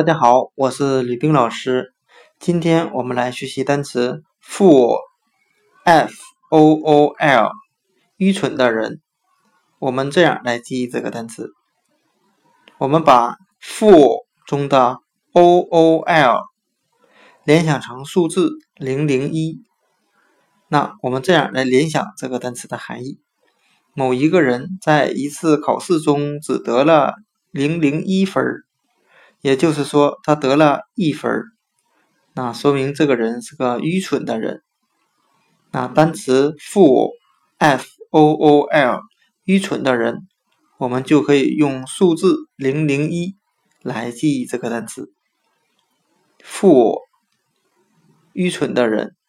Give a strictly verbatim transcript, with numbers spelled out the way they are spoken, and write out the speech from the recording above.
大家好，我是吕冰老师。今天我们来学习单词 fool F O O L 愚蠢的人。我们这样来记忆这个单词，我们把 fool 中的 O O L 联想成数字零零一，那我们这样来联想这个单词的含义。某一个人在一次考试中只得了零零一分，也就是说他得了一分，那说明这个人是个愚蠢的人。那单词 fool F O O L 愚蠢的人，我们就可以用数字零零一来记忆这个单词 fool 愚蠢的人。